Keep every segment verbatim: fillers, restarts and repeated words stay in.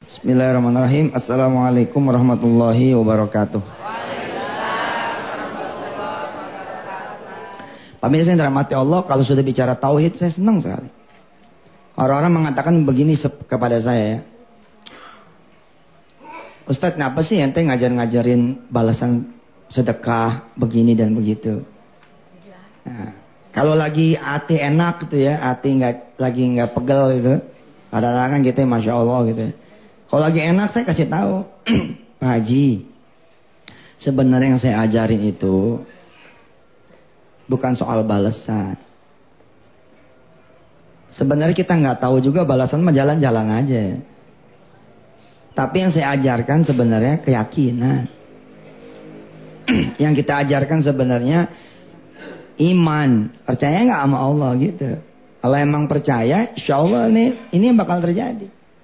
Bismillahirrahmanirrahim. Assalamualaikum warahmatullahi wabarakatuh. Pemirsa yang dirahmati Allah, kalau sudah bicara tauhid saya senang sekali. Orang-orang mengatakan begini kepada saya ya. Ustadz, kenapa sih ente ngajar-ngajarin balasan sedekah begini dan begitu? Nah, kalau lagi hati enak gitu ya, hati nggak lagi nggak pegel gitu, kadang-kadang kan gitu, masya Allah gitu. Kalau lagi enak saya kasih tahu, Pak Haji, sebenarnya yang saya ajarin itu bukan soal balasan. Sebenarnya kita nggak tahu juga balasan mah jalan-jalan aja. Tapi yang saya ajarkan sebenarnya keyakinan. Yang kita ajarkan sebenarnya iman. Percaya nggak sama Allah gitu. Kalau emang percaya, insya Allah nih, ini yang bakal terjadi.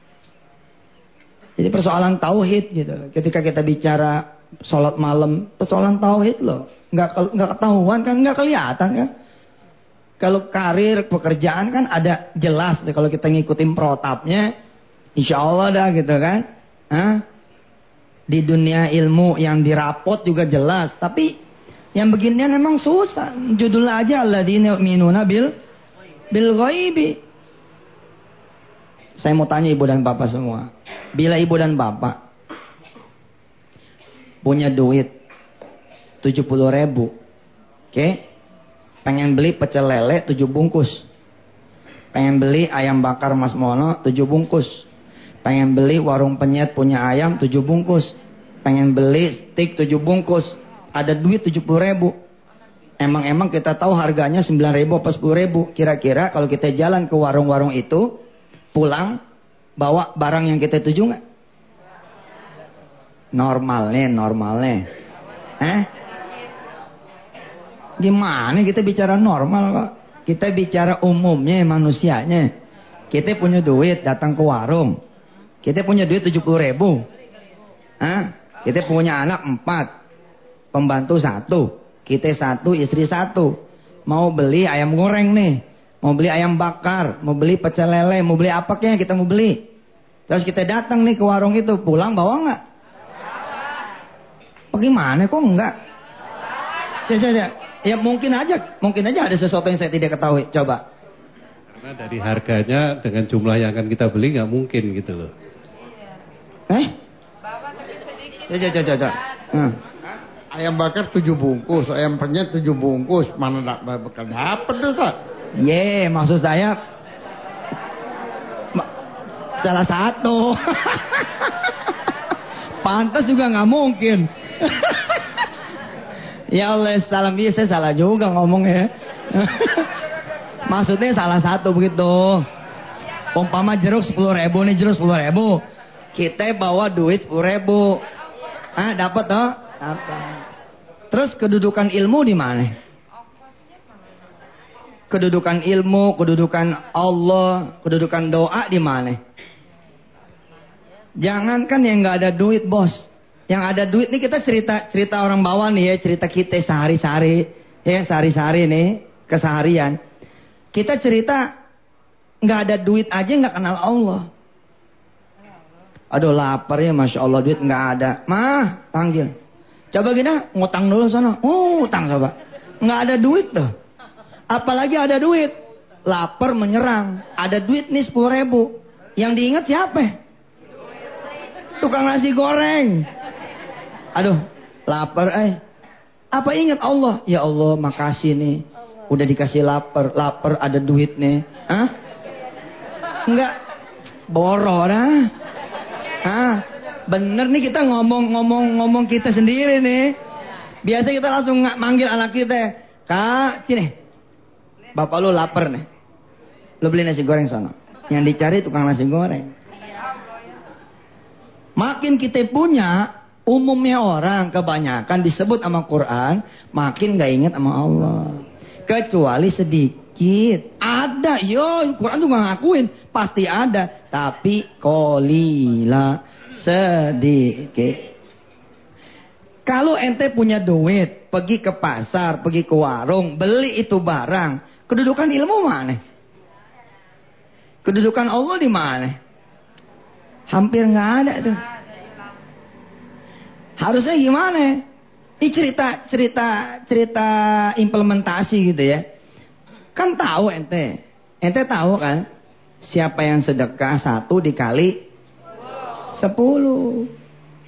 Jadi persoalan tauhid gitu. Ketika kita bicara sholat malam, persoalan tauhid loh. Nggak nggak ketahuan kan, nggak kelihatan kan. Kalau karir, pekerjaan kan ada jelas deh. Kalau kita ngikutin protapnya, insya Allah dah gitu kan. Hah? Di dunia ilmu yang dirapot juga jelas. Tapi yang beginian memang susah. Judulnya aja alladzina yu'minuna bil bil ghaibi. Saya mau tanya ibu dan bapak semua. Bila ibu dan bapak punya duit tujuh puluh ribu. Oke? Okay? Pengen beli pecel lele tujuh bungkus. Pengen beli ayam bakar Mas Mono tujuh bungkus. Pengen beli warung penyet punya ayam tujuh bungkus. Pengen beli steak tujuh bungkus. Ada duit tujuh puluh ribu. Emang-emang kita tahu harganya sembilan ribu atau sepuluh ribu. Kira-kira kalau kita jalan ke warung-warung itu, pulang, bawa barang yang kita tuju nggak? Normalnya, normalnya. Eh? Gimana kita bicara normal kok? Kita bicara umumnya, manusianya. Kita punya duit, datang ke warung. Kita punya duit tujuh puluh ribu. Hah? Kita punya anak empat. Pembantu satu. Kita satu, istri satu. Mau beli ayam goreng nih. Mau beli ayam bakar. Mau beli pecel lele. Mau beli apa kayaknya kita mau beli. Terus kita datang nih ke warung itu. Pulang bawa nggak? Bagaimana kok enggak? Coba, coba. Ya mungkin aja. Mungkin aja ada sesuatu yang saya tidak ketahui. Coba. Karena dari harganya dengan jumlah yang akan kita beli nggak mungkin gitu loh. Eh? Coba, coba, coba. Hmm. Ayam bakar tujuh bungkus, ayam penyet tujuh bungkus, mana tak bakal dapet tuh tak? Ye, maksud saya ma salah satu. Pantas juga nggak mungkin. Ya Allah, salam iya saya salah juga ngomongnya. Maksudnya salah satu begitu. Umpama jeruk sepuluh ribu nih, jeruk sepuluh ribu. Kita bawa duit sepuluh ribu. Ah, dapat toh? Dapat. Terus kedudukan ilmu di mana? Kedudukan ilmu, kedudukan Allah, kedudukan doa di mana? Jangankan yang nggak ada duit, bos. Yang ada duit nih kita cerita cerita orang bawah nih ya, cerita kita sehari-hari, ya sehari-hari nih keseharian. Kita cerita nggak ada duit aja nggak kenal Allah. Aduh lapar ya, masya Allah duit nggak ada. Mah panggil. Coba kita ngutang dulu sana. Oh, utang coba. Nggak ada duit tuh. Apalagi ada duit. Lapar menyerang. Ada duit nih sepuluh ribu. Yang diingat siapa? Tukang nasi goreng. Aduh, lapar eh. Apa ingat Allah? Ya Allah, makasih nih. Udah dikasih lapar. Lapar ada duit nih. Hah? Enggak. Boro dah. Hah? Bener nih kita ngomong-ngomong-ngomong kita sendiri nih. Biasa kita langsung manggil anak kita. Kak, sini. Bapak lu lapar nih. Lu beli nasi goreng sana. Yang dicari tukang nasi goreng. Makin kita punya, umumnya orang kebanyakan disebut sama Quran, makin gak ingat sama Allah. Kecuali sedikit. Ada, yo, Quran tuh gak ngakuin. Pasti ada. Tapi kolila. Sedikit. Kalau ente punya duit, pergi ke pasar, pergi ke warung, beli itu barang, kedudukan ilmu mana? Kedudukan Allah di mana? Hampir nggak ada tuh. Harusnya gimana? Ini cerita cerita cerita implementasi gitu ya. Kan tahu ente, ente tahu kan? Siapa yang sedekah satu dikali sepuluh.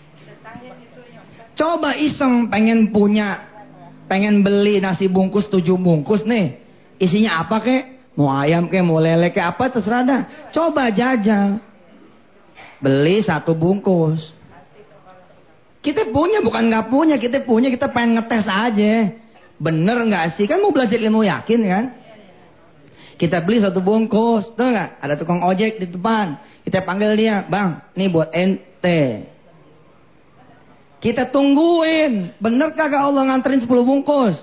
Coba iseng pengen punya, pengen beli nasi bungkus tujuh bungkus nih. Isinya apa kek? Mau ayam kek, mau lele kek, apa terserah dah. Coba jajal. Beli satu bungkus. Kita punya bukan nggak punya, kita punya, kita pengen ngetes aja. Bener nggak sih? Kan mau belajar ilmu yakin kan? Kita beli satu bungkus, tuh nggak? Ada tukang ojek di depan. Kita panggil dia, bang, ini buat ente. Kita tungguin, bener kagak Allah nganterin sepuluh bungkus?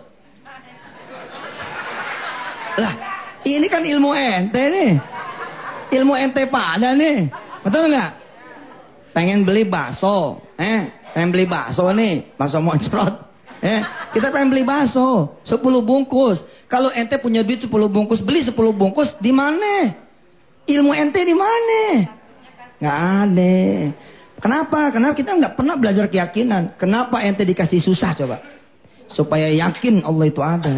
Lah, ini kan ilmu ente nih, ilmu ente pada nih, betul nggak? Pengen beli bakso, eh, pengen beli bakso nih, bakso moncrot, eh, kita pengen beli bakso, sepuluh bungkus. Kalau ente punya duit sepuluh bungkus, beli sepuluh bungkus, di mana? Ilmu ente di mana? Nggak ada. Kenapa? Karena kita nggak pernah belajar keyakinan. Kenapa ente dikasih susah coba? Supaya yakin Allah itu ada.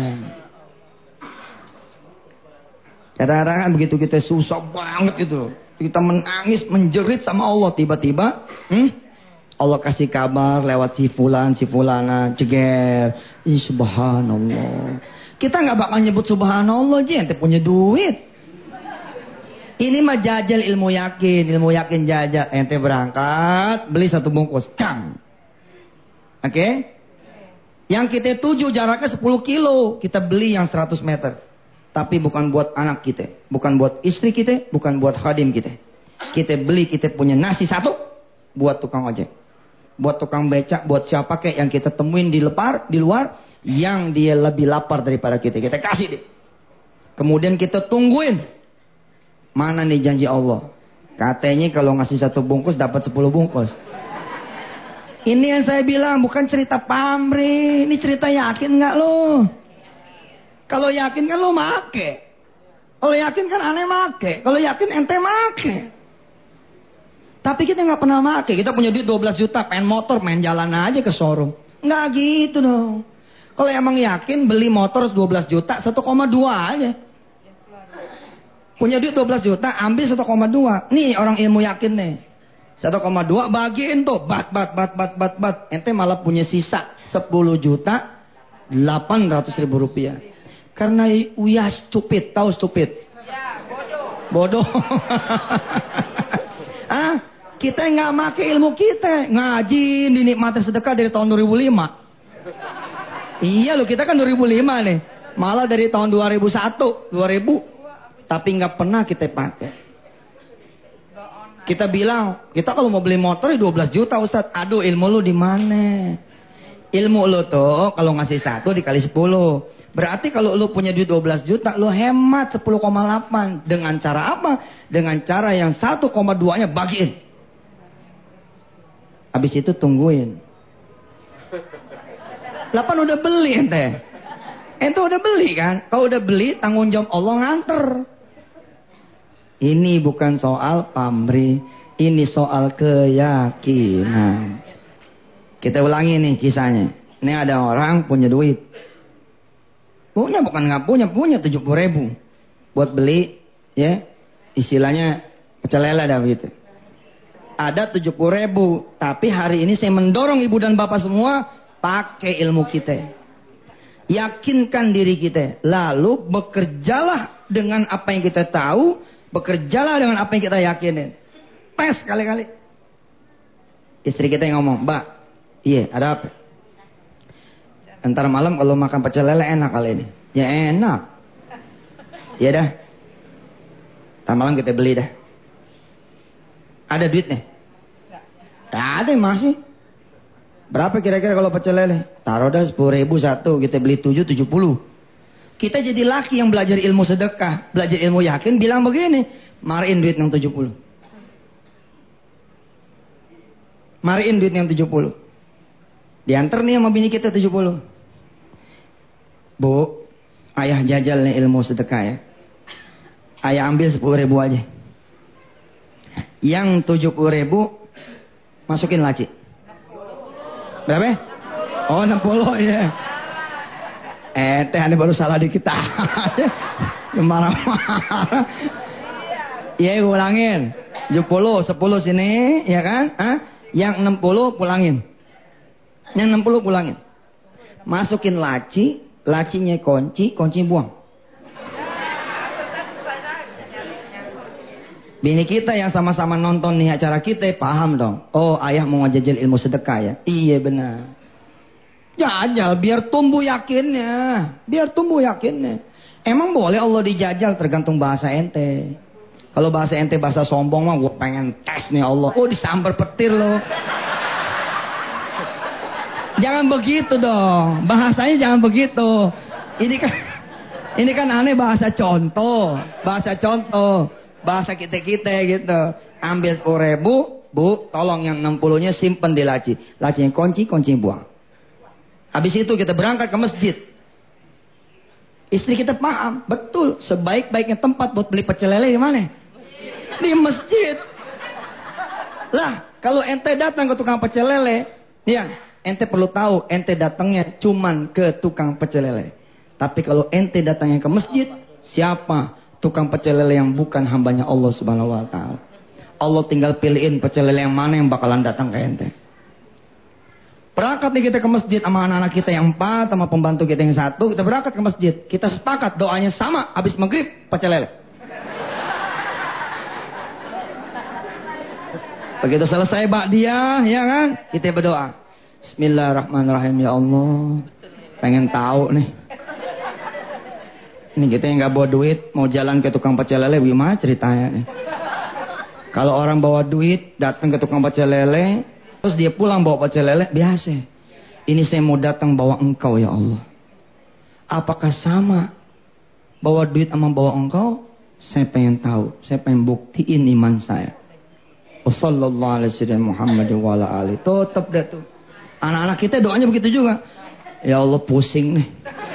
Kadang-kadang kan begitu kita susah banget itu. Kita menangis, menjerit sama Allah. Tiba-tiba, hmm, Allah kasih kabar lewat si fulan, si fulana, jeger. Ih, subhanallah. Kita nggak bakal nyebut subhanallah, je, ente punya duit. Ini mah jajal ilmu yakin, ilmu yakin jajal. Ente berangkat, beli satu bungkus, kang. Oke? Okay? Yang kita tuju jaraknya sepuluh kilo, kita beli yang seratus meter. Tapi bukan buat anak kita, bukan buat istri kita, bukan buat khadim kita. Kita beli, kita punya nasi satu buat tukang ojek, buat tukang becak, buat siapa kek yang kita temuin di lepar, di luar, yang dia lebih lapar daripada kita, kita kasih deh. Kemudian kita tungguin, mana nih janji Allah? Katanya kalau ngasih satu bungkus dapat sepuluh bungkus. Ini yang saya bilang bukan cerita pamrih, ini cerita yakin nggak lo? Kalau yakin kan lo make. Kalau yakin kan aneh make. Kalau yakin ente make. Tapi kita nggak pernah make. Kita punya duit dua belas juta, pengen motor, main jalan aja ke showroom. Nggak gitu dong. Kalau emang yakin beli motor dua belas juta, satu koma dua aja. Punya duit dua belas juta, ambil satu koma dua. Nih orang ilmu yakin nih. satu koma dua bagiin tuh. Bat, bat, bat, bat, bat, bat. Ente malah punya sisa sepuluh juta delapan ratus ribu rupiah. Karena we are stupid, tahu stupid? Ya, bodoh. Bodoh. Ah, kita nggak make ilmu kita, ngaji dinikmati sedekah dari tahun dua ribu lima. Iya loh, kita kan dua ribu lima nih, malah dari tahun dua ribu satu, dua ribu, tapi nggak pernah kita pakai. Kita bilang, kita kalau mau beli motor dua belas juta Ustadz. Aduh, ilmu lu di mana? Ilmu lu tuh kalau ngasih satu dikali sepuluh. Berarti kalau lu punya duit dua belas juta, lu hemat sepuluh koma delapan. Dengan cara apa? Dengan cara yang satu koma dua nya bagiin. Habis itu tungguin. delapan udah beli ente. Ente udah beli kan? Kalau udah beli, tanggung jawab Allah nganter. Ini bukan soal pamrih, ini soal keyakinan. Kita ulangi nih kisahnya. Ini ada orang punya duit. Punya bukan nggak punya, punya tujuh puluh ribu buat beli, ya istilahnya pecel lele dah begitu. Ada tujuh puluh ribu, tapi hari ini saya mendorong ibu dan bapak semua pakai ilmu kita, yakinkan diri kita, lalu bekerjalah dengan apa yang kita tahu, bekerjalah dengan apa yang kita yakinin. Tes kali-kali. Istri kita yang ngomong, Mbak, iya ada apa? Ntar malam kalau makan pecel lele enak kali ini. Ya enak. Ya dah. Ntar malam kita beli dah. Ada duit nih? Tak ada masih. Berapa kira-kira kalau pecel lele? Taruh dah sepuluh ribu satu. Kita beli tujuh, tujuh puluh. Kita jadi laki yang belajar ilmu sedekah. Belajar ilmu yakin. Bilang begini. Mariin duit yang tujuh puluh. Mariin duit yang tujuh puluh. Diantar nih sama bini kita tujuh puluh. Bu, ayah jajal nih ilmu sedekah ya. Ayah ambil sepuluh ribu aja. Yang tujuh puluh ribu masukin laci. Berapa? Oh enam puluh ya. Eh teh baru salah dikit aja. Marah-marah. Iya ulangin. tujuh puluh, sepuluh sini ya kan? Hah? Yang enam puluh pulangin. Yang enam puluh pulangin. Masukin laci, lacinya kunci, kunci buang. Bini kita yang sama-sama nonton nih acara kita paham dong. Oh ayah mau ngejajal ilmu sedekah ya. Iya benar. Jajal biar tumbuh yakinnya. Biar tumbuh yakinnya. Emang boleh Allah dijajal tergantung bahasa ente. Kalau bahasa ente bahasa sombong mah gue pengen tes nih Allah. Oh disambar petir loh. Jangan begitu dong. Bahasanya jangan begitu. Ini kan ini kan aneh bahasa contoh. Bahasa contoh. Bahasa kita-kita gitu. Ambil sepuluh ribu, Bu, tolong yang enam puluh-nya simpen di laci. Lacinya kunci, kunci buang. Habis itu kita berangkat ke masjid. Istri kita paham, betul. Sebaik-baiknya tempat buat beli pecel lele di mana? Di masjid. Lah, kalau ente datang ke tukang pecel lele, ya, ente perlu tahu, ente datangnya cuman ke tukang pecel lele. Tapi kalau ente datangnya ke masjid, siapa tukang pecel lele yang bukan hambanya Allah Subhanahu wa taala? Allah tinggal pilihin pecel lele yang mana yang bakalan datang ke ente. Berangkat nih kita ke masjid sama anak-anak kita yang empat, sama pembantu kita yang satu, kita berangkat ke masjid. Kita sepakat doanya sama, habis maghrib pecel lele. Begitu selesai ba'diyah, ya kan? Kita berdoa. Bismillahirrahmanirrahim, ya Allah. Pengen tahu nih. Ini kita yang nggak bawa duit, mau jalan ke tukang pecel lele, gimana ceritanya nih? Kalau orang bawa duit, datang ke tukang pecel lele, terus dia pulang bawa pecel lele, biasa. Ini saya mau datang bawa engkau ya Allah. Apakah sama bawa duit sama bawa engkau? Saya pengen tahu, saya pengen buktiin iman saya. Wassallallahu alaihi wasallam Muhammad wa ala alihi. Tetap dah tuh. Anak-anak kita doanya begitu juga. Ya Allah pusing nih.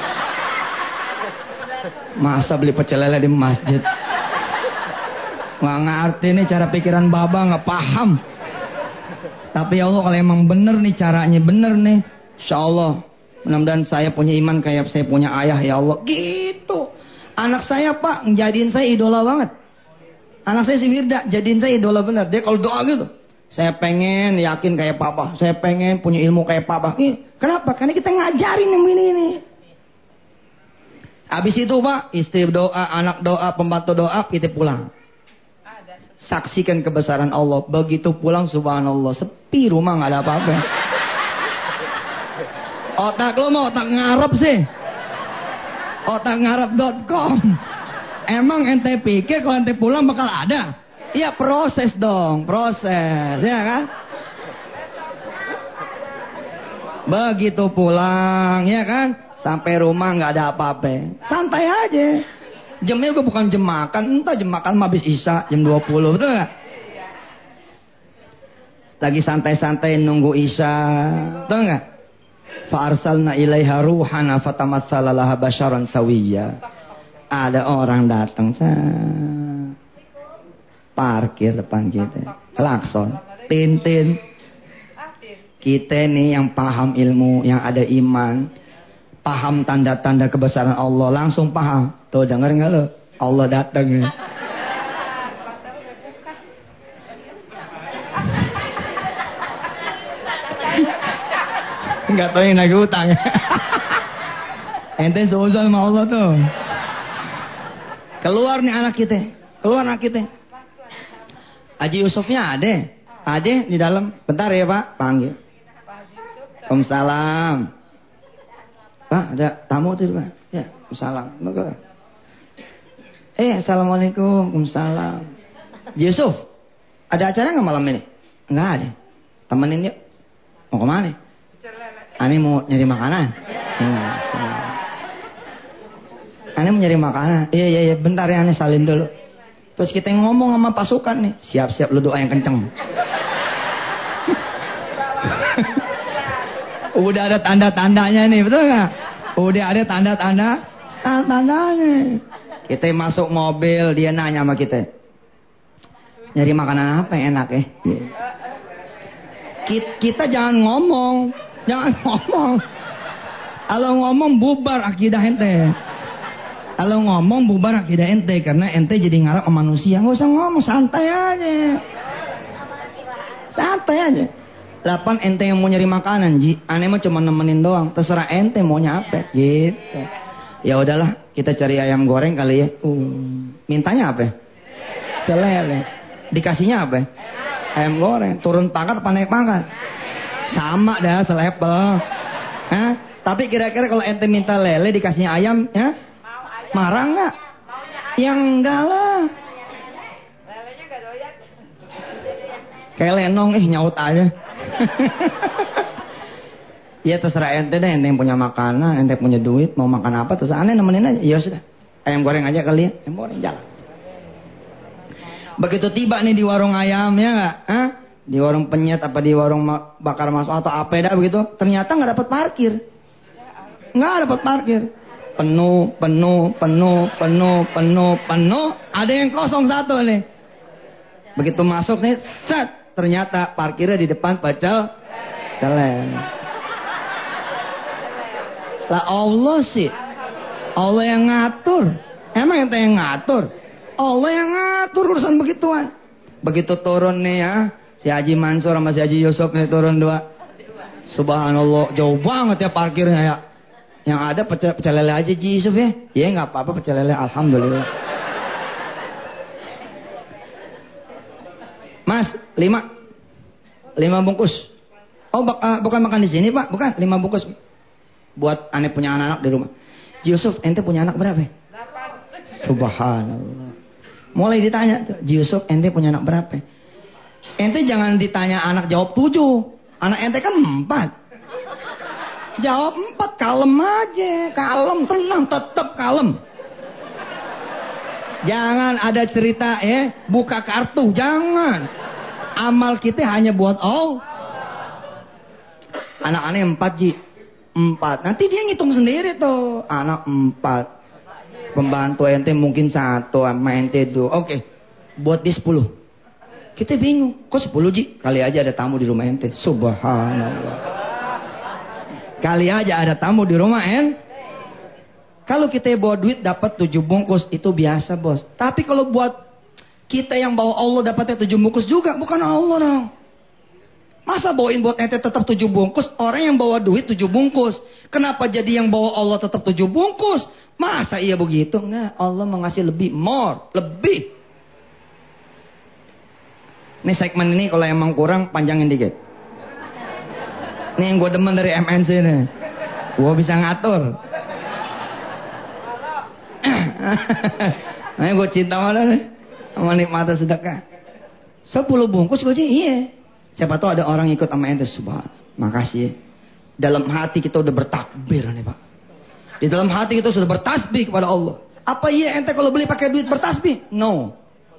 Masa beli pecel lele di masjid? Nggak ngerti nih cara pikiran baba, nggak paham. Tapi ya Allah kalau emang bener nih caranya, bener nih, insya Allah mudah-mudahan saya punya iman kayak saya punya ayah ya Allah. Gitu. Anak saya Pak jadiin saya idola banget. Anak saya si Wirda jadiin saya idola bener. Dia kalau doa gitu, saya pengen yakin kayak papa, saya pengen punya ilmu kayak papa. Ih, kenapa? Karena kita ngajarin yang ini ini. Habis itu Pak, istri doa, anak doa, pembantu doa, kita pulang. Saksikan kebesaran Allah. Begitu pulang subhanallah, sepi rumah, nggak ada apa-apa. Otak lo mau otak ngarep sih. otak ngarep dot com. Emang ente pikir kalau ente pulang bakal ada? Iya proses dong, proses, ya kan? Begitu pulang, ya kan? Sampai rumah nggak ada apa-apa, santai aja. Jamnya gue bukan jam makan, entah jam makan mah habis isya jam dua puluh, betul nggak? Lagi santai-santai nunggu isya, betul nggak? Fa'arsalna ilaiha ruhana fatamatsala laha basyaran sawiyya. Ada orang datang, parkir depan kita, klakson, tintin. Kita nih yang paham ilmu, yang ada iman, paham tanda-tanda kebesaran Allah, langsung paham. Tuh denger nggak lo? Allah datang nih. Nggak tahu yang nagih utang. Ente seuzon sama Allah tuh. Keluar nih anak kita, keluar anak kita. Haji Yusufnya ada, ada di dalam. Bentar ya Pak, panggil. Waalaikumsalam. Pak, ada tamu tuh Pak. Ya, Waalaikumsalam. Eh, assalamualaikum, Waalaikumsalam. Yusuf, ada acara nggak malam ini? Nggak ada. Temenin yuk. Mau kemana? Ani mau nyari makanan. Hmm, Ani mau nyari makanan. Iya iya iya, bentar ya Ani salin dulu. Terus kita ngomong sama pasukan nih, siap-siap lu doa yang kenceng. Udah ada tanda-tandanya nih, betul nggak? Udah ada tanda-tanda, tanda-tandanya. Kita masuk mobil, dia nanya sama kita. Nyari makanan apa yang enak ya? Kita jangan ngomong, jangan ngomong. Kalau ngomong bubar akidah ente. Kalau ngomong bubar akidah ente karena ente jadi ngarap sama manusia. Nggak usah ngomong, santai aja. Santai aja. Lapan ente yang mau nyari makanan, Ji. Aneh mah cuma nemenin doang. Terserah ente maunya apa, gitu. Ya udahlah, kita cari ayam goreng kali ya. Uh, mintanya apa? Celele. Dikasihnya apa? Ayam goreng. Turun pangkat apa naik pangkat? Sama dah, selepel. Hah? Tapi kira-kira kalau ente minta lele dikasihnya ayam, ya? Marah nggak? Yang enggak lah. Lelenya nggak doyan. Kayak lenong, eh nyaut aja. Ya terserah ente deh, ente yang punya makanan, ente punya duit, mau makan apa terserah, aneh nemenin aja. Ya sudah, ayam goreng aja kali ya, ayam goreng jalan. Begitu tiba nih di warung ayam ya nggak, Hah? Di warung penyet apa di warung bakar masuk atau apa dah begitu, ternyata nggak dapat parkir, nggak dapat parkir, penuh, penuh, penuh, penuh, penuh, penuh, ada yang kosong satu nih. Begitu masuk nih, set, ternyata parkirnya di depan pecel celeng. Lah Allah sih, Allah yang ngatur. Emang ente yang ngatur? Allah yang ngatur urusan begituan. Begitu turun nih ya, si Haji Mansur sama si Haji Yusuf nih turun dua. Subhanallah, jauh banget ya parkirnya ya. Yang ada pecel, pecel lele aja Ji Yusuf ya. Ya nggak apa-apa pecel lele, alhamdulillah. Mas, lima, lima bungkus. Oh, bak, uh, bukan makan di sini Pak, bukan lima bungkus. Buat aneh punya anak-anak di rumah. Ji Yusuf, ente punya anak berapa? Subhanallah. Mulai ditanya tuh, Ji Yusuf, ente punya anak berapa? Ente jangan ditanya anak jawab tujuh. Anak ente kan empat. Jawab empat, kalem aja, kalem, tenang, tetap kalem. Jangan ada cerita ya, buka kartu, jangan. Amal kita hanya buat Allah. Anak aneh empat Ji. Empat. Nanti dia ngitung sendiri tuh. Anak empat. Pembantu ente mungkin satu sama ente dua. Oke. Buat dia sepuluh. Kita bingung. Kok sepuluh Ji? Kali aja ada tamu di rumah ente. Subhanallah. Kali aja ada tamu di rumah ente. Kalau kita bawa duit dapat tujuh bungkus. Itu biasa bos. Tapi kalau buat kita yang bawa Allah dapatnya tujuh bungkus juga. Bukan Allah dong. Masa bawain buat ente tetap tujuh bungkus, orang yang bawa duit tujuh bungkus. Kenapa jadi yang bawa Allah tetap tujuh bungkus? Masa iya begitu? Enggak, Allah mengasih lebih, more, lebih. Ini segmen ini kalau emang kurang, panjangin dikit. Ini yang gue demen dari M N C nih. Gue bisa ngatur. Nah, gue cinta mana nih? Sama nikmatan sedekah. Sepuluh bungkus gue sih, iya. Siapa tahu ada orang ikut sama ente. Subhanallah. Makasih. Dalam hati kita udah bertakbir nih Pak. Di dalam hati kita sudah bertasbih kepada Allah. Apa iya ente kalau beli pakai duit bertasbih? No.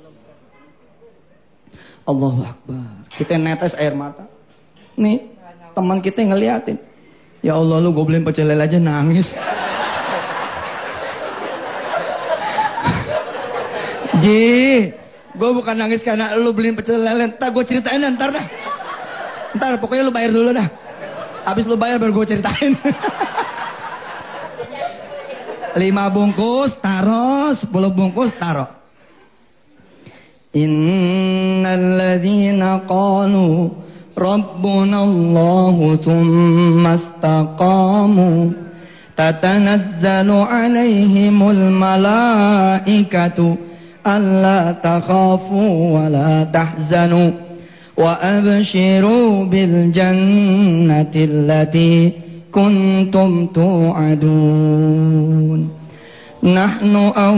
Allahu Akbar. Kita netes air mata. Nih teman kita ngeliatin. Ya Allah lu gue beliin pecel lele aja nangis. Ji. Gue bukan nangis karena lu beliin pecel lele. Ntar gue ceritain dah, ntar dah. Ntar pokoknya lu bayar dulu dah. Habis lu bayar baru gue ceritain. Lima bungkus taruh, sepuluh bungkus taruh. Innal ladzina qalu rabbuna Allahu tsumma istaqamu tatanazzalu alaihimul malaikatu ألا تخافوا ولا تحزنوا وأبشروا بالجنة التي كنتم توعدون نحن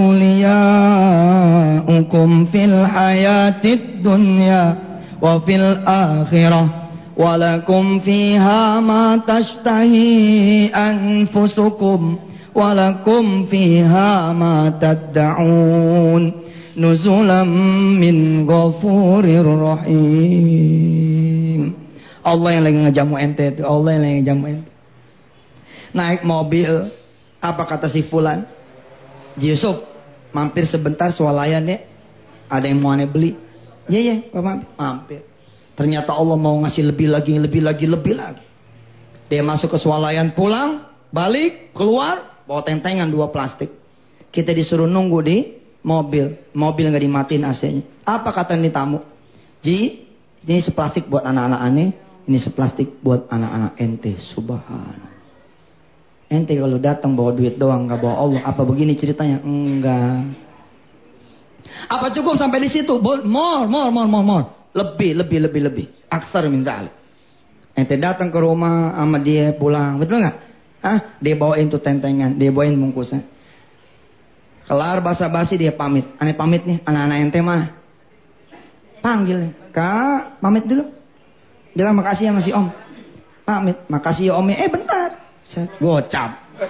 أولياؤكم في الحياة الدنيا وفي الآخرة ولكم فيها ما تشتهي أنفسكم ولكم فيها ما تدعون nuzulam min ghafurir rahim. Allah yang lagi ngejamu ente itu, Allah yang lagi ngejamu ente. Naik mobil, apa kata si fulan? Ji Yusuf, mampir sebentar swalayan ya. Ada yang mau aneh beli. Iya, iya, Pak mampir. Mampir. Ternyata Allah mau ngasih lebih lagi, lebih lagi, lebih lagi. Dia masuk ke swalayan, pulang, balik, keluar, bawa tentengan dua plastik. Kita disuruh nunggu di mobil. Mobil nggak dimatiin A C-nya. Apa kata ini tamu? Ji, ini seplastik buat anak-anak aneh. Ini seplastik buat anak-anak ente. Subhanallah. Ente kalau datang bawa duit doang, nggak bawa Allah. Apa begini ceritanya? Enggak. Apa cukup sampai di situ? More, more, more, more, more. Lebih, lebih, lebih, lebih. Aksar min zalik. Ente datang ke rumah sama dia pulang, betul nggak? Ah, dia bawain tuh tentengan, dia bawain bungkusan. Kelar basa-basi dia pamit. Aneh pamit nih, anak-anak ente mah. Panggil, Kak, pamit dulu. Bilang makasih ya masih Om. Pamit, makasih ya Om. Eh bentar, set, gocap.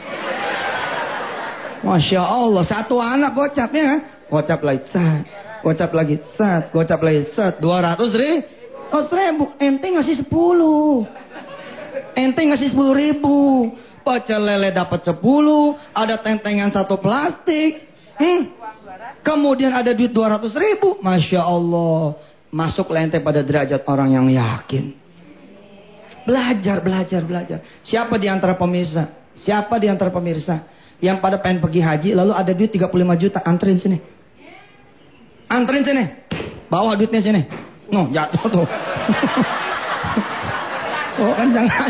Masya Allah, satu anak gocapnya, gocap lagi, set, gocap lagi, set, gocap lagi, set, dua ratus ribu. Oh seribu, ente ngasih sepuluh. Ente ngasih sepuluh ribu. Pecel lele dapat sepuluh. Ada tentengan satu plastik. Hmm. Kemudian ada duit dua ratus ribu. Masya Allah. Masuk ente pada derajat orang yang yakin. Belajar, belajar, belajar. Siapa di antara pemirsa? Siapa di antara pemirsa yang pada pengen pergi haji lalu ada duit tiga puluh lima juta? Anterin sini. Anterin sini. Bawa duitnya sini. No, jatuh tuh. Oh, kan jangan.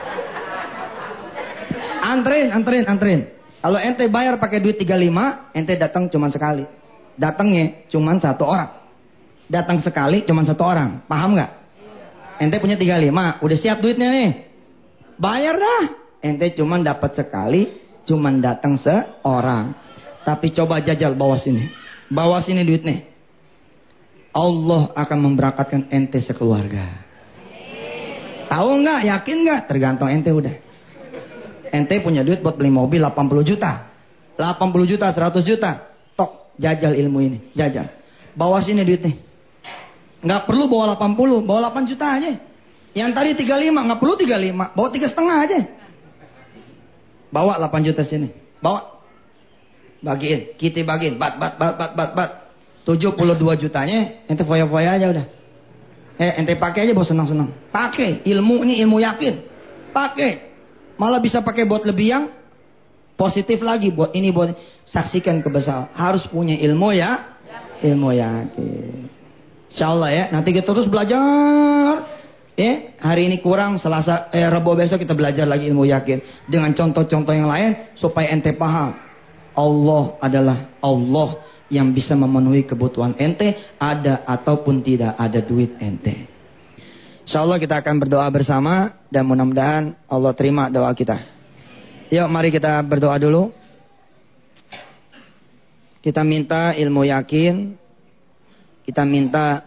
Anterin, anterin, anterin. Kalau ente bayar pakai duit tiga puluh lima, ente datang cuma sekali. Datangnya cuma satu orang. Datang sekali cuma satu orang. Paham nggak? Ente punya tiga puluh lima, udah siap duitnya nih. Bayar dah. Ente cuma dapat sekali, cuma datang seorang. Tapi coba jajal bawa sini. Bawa sini duitnya. Allah akan memberangkatkan ente sekeluarga. Tahu nggak? Yakin nggak? Tergantung ente udah. Ente punya duit buat beli mobil delapan puluh juta. delapan puluh juta, seratus juta. Tok, jajal ilmu ini. Jajal. Bawa sini duitnya. Nggak perlu bawa delapan puluh. Bawa delapan juta aja. Yang tadi tiga puluh lima. Nggak perlu tiga puluh lima. Bawa tiga setengah aja. Bawa delapan juta sini. Bawa. Bagiin. Kita bagiin. Bat, bat, bat, bat, bat, bat. tujuh puluh dua jutanya. Ente foya-foya aja udah. Eh, ente pakai aja bawa senang-senang. Pakai. Ilmu ini ilmu yakin. Pakai. Malah bisa pakai buat lebih yang positif lagi. Buat ini, buat saksikan kebesaran. Harus punya ilmu ya. Ilmu yakin. Insya Allah ya. Nanti kita terus belajar. Ya, hari ini kurang. Selasa, eh, Rabu besok kita belajar lagi ilmu yakin. Dengan contoh-contoh yang lain. Supaya ente paham. Allah adalah Allah yang bisa memenuhi kebutuhan ente. Ada ataupun tidak ada duit ente. InsyaAllah kita akan berdoa bersama. Dan mudah-mudahan Allah terima doa kita. Yuk mari kita berdoa dulu. Kita minta ilmu yakin. Kita minta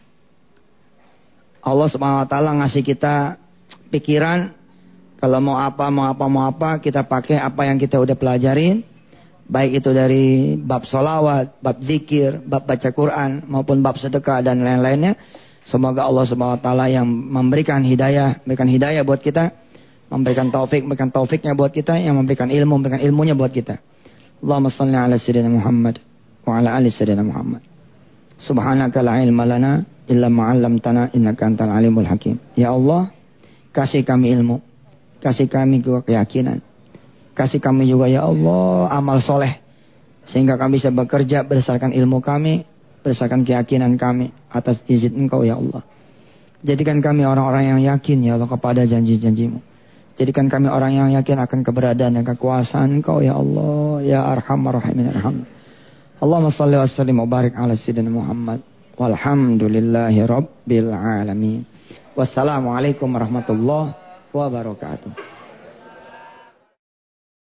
Allah subhanahu wa taala ngasih kita pikiran. Kalau mau apa, mau apa, mau apa. Kita pakai apa yang kita udah pelajarin. Baik itu dari bab sholawat, bab zikir, bab baca Quran, maupun bab sedekah dan lain-lainnya. Semoga Allah subhanahu wa taala yang memberikan hidayah, memberikan hidayah buat kita, memberikan taufik, memberikan taufiknya buat kita, yang memberikan ilmu, memberikan ilmunya buat kita. Allahumma shalli ala sayyidina Muhammad wa ala ali sayyidina Muhammad. Subhanaka la ilma lana illa ma 'allamtana innaka antal alimul hakim. Ya Allah, kasih kami ilmu, kasih kami juga keyakinan. Kasih kami juga ya Allah amal soleh. Sehingga kami bisa bekerja berdasarkan ilmu kami. Berdasarkan keyakinan kami. Atas izin Engkau ya Allah. Jadikan kami orang-orang yang yakin ya Allah kepada janji-janjimu. Jadikan kami orang yang yakin akan keberadaan dan kekuasaan Engkau ya Allah. Ya arhamar rahimin arham. Allahumma salli wa sallim wa barik ala sayyidina Muhammad. Walhamdulillahi rabbil alamin. Wassalamualaikum warahmatullahi wabarakatuh.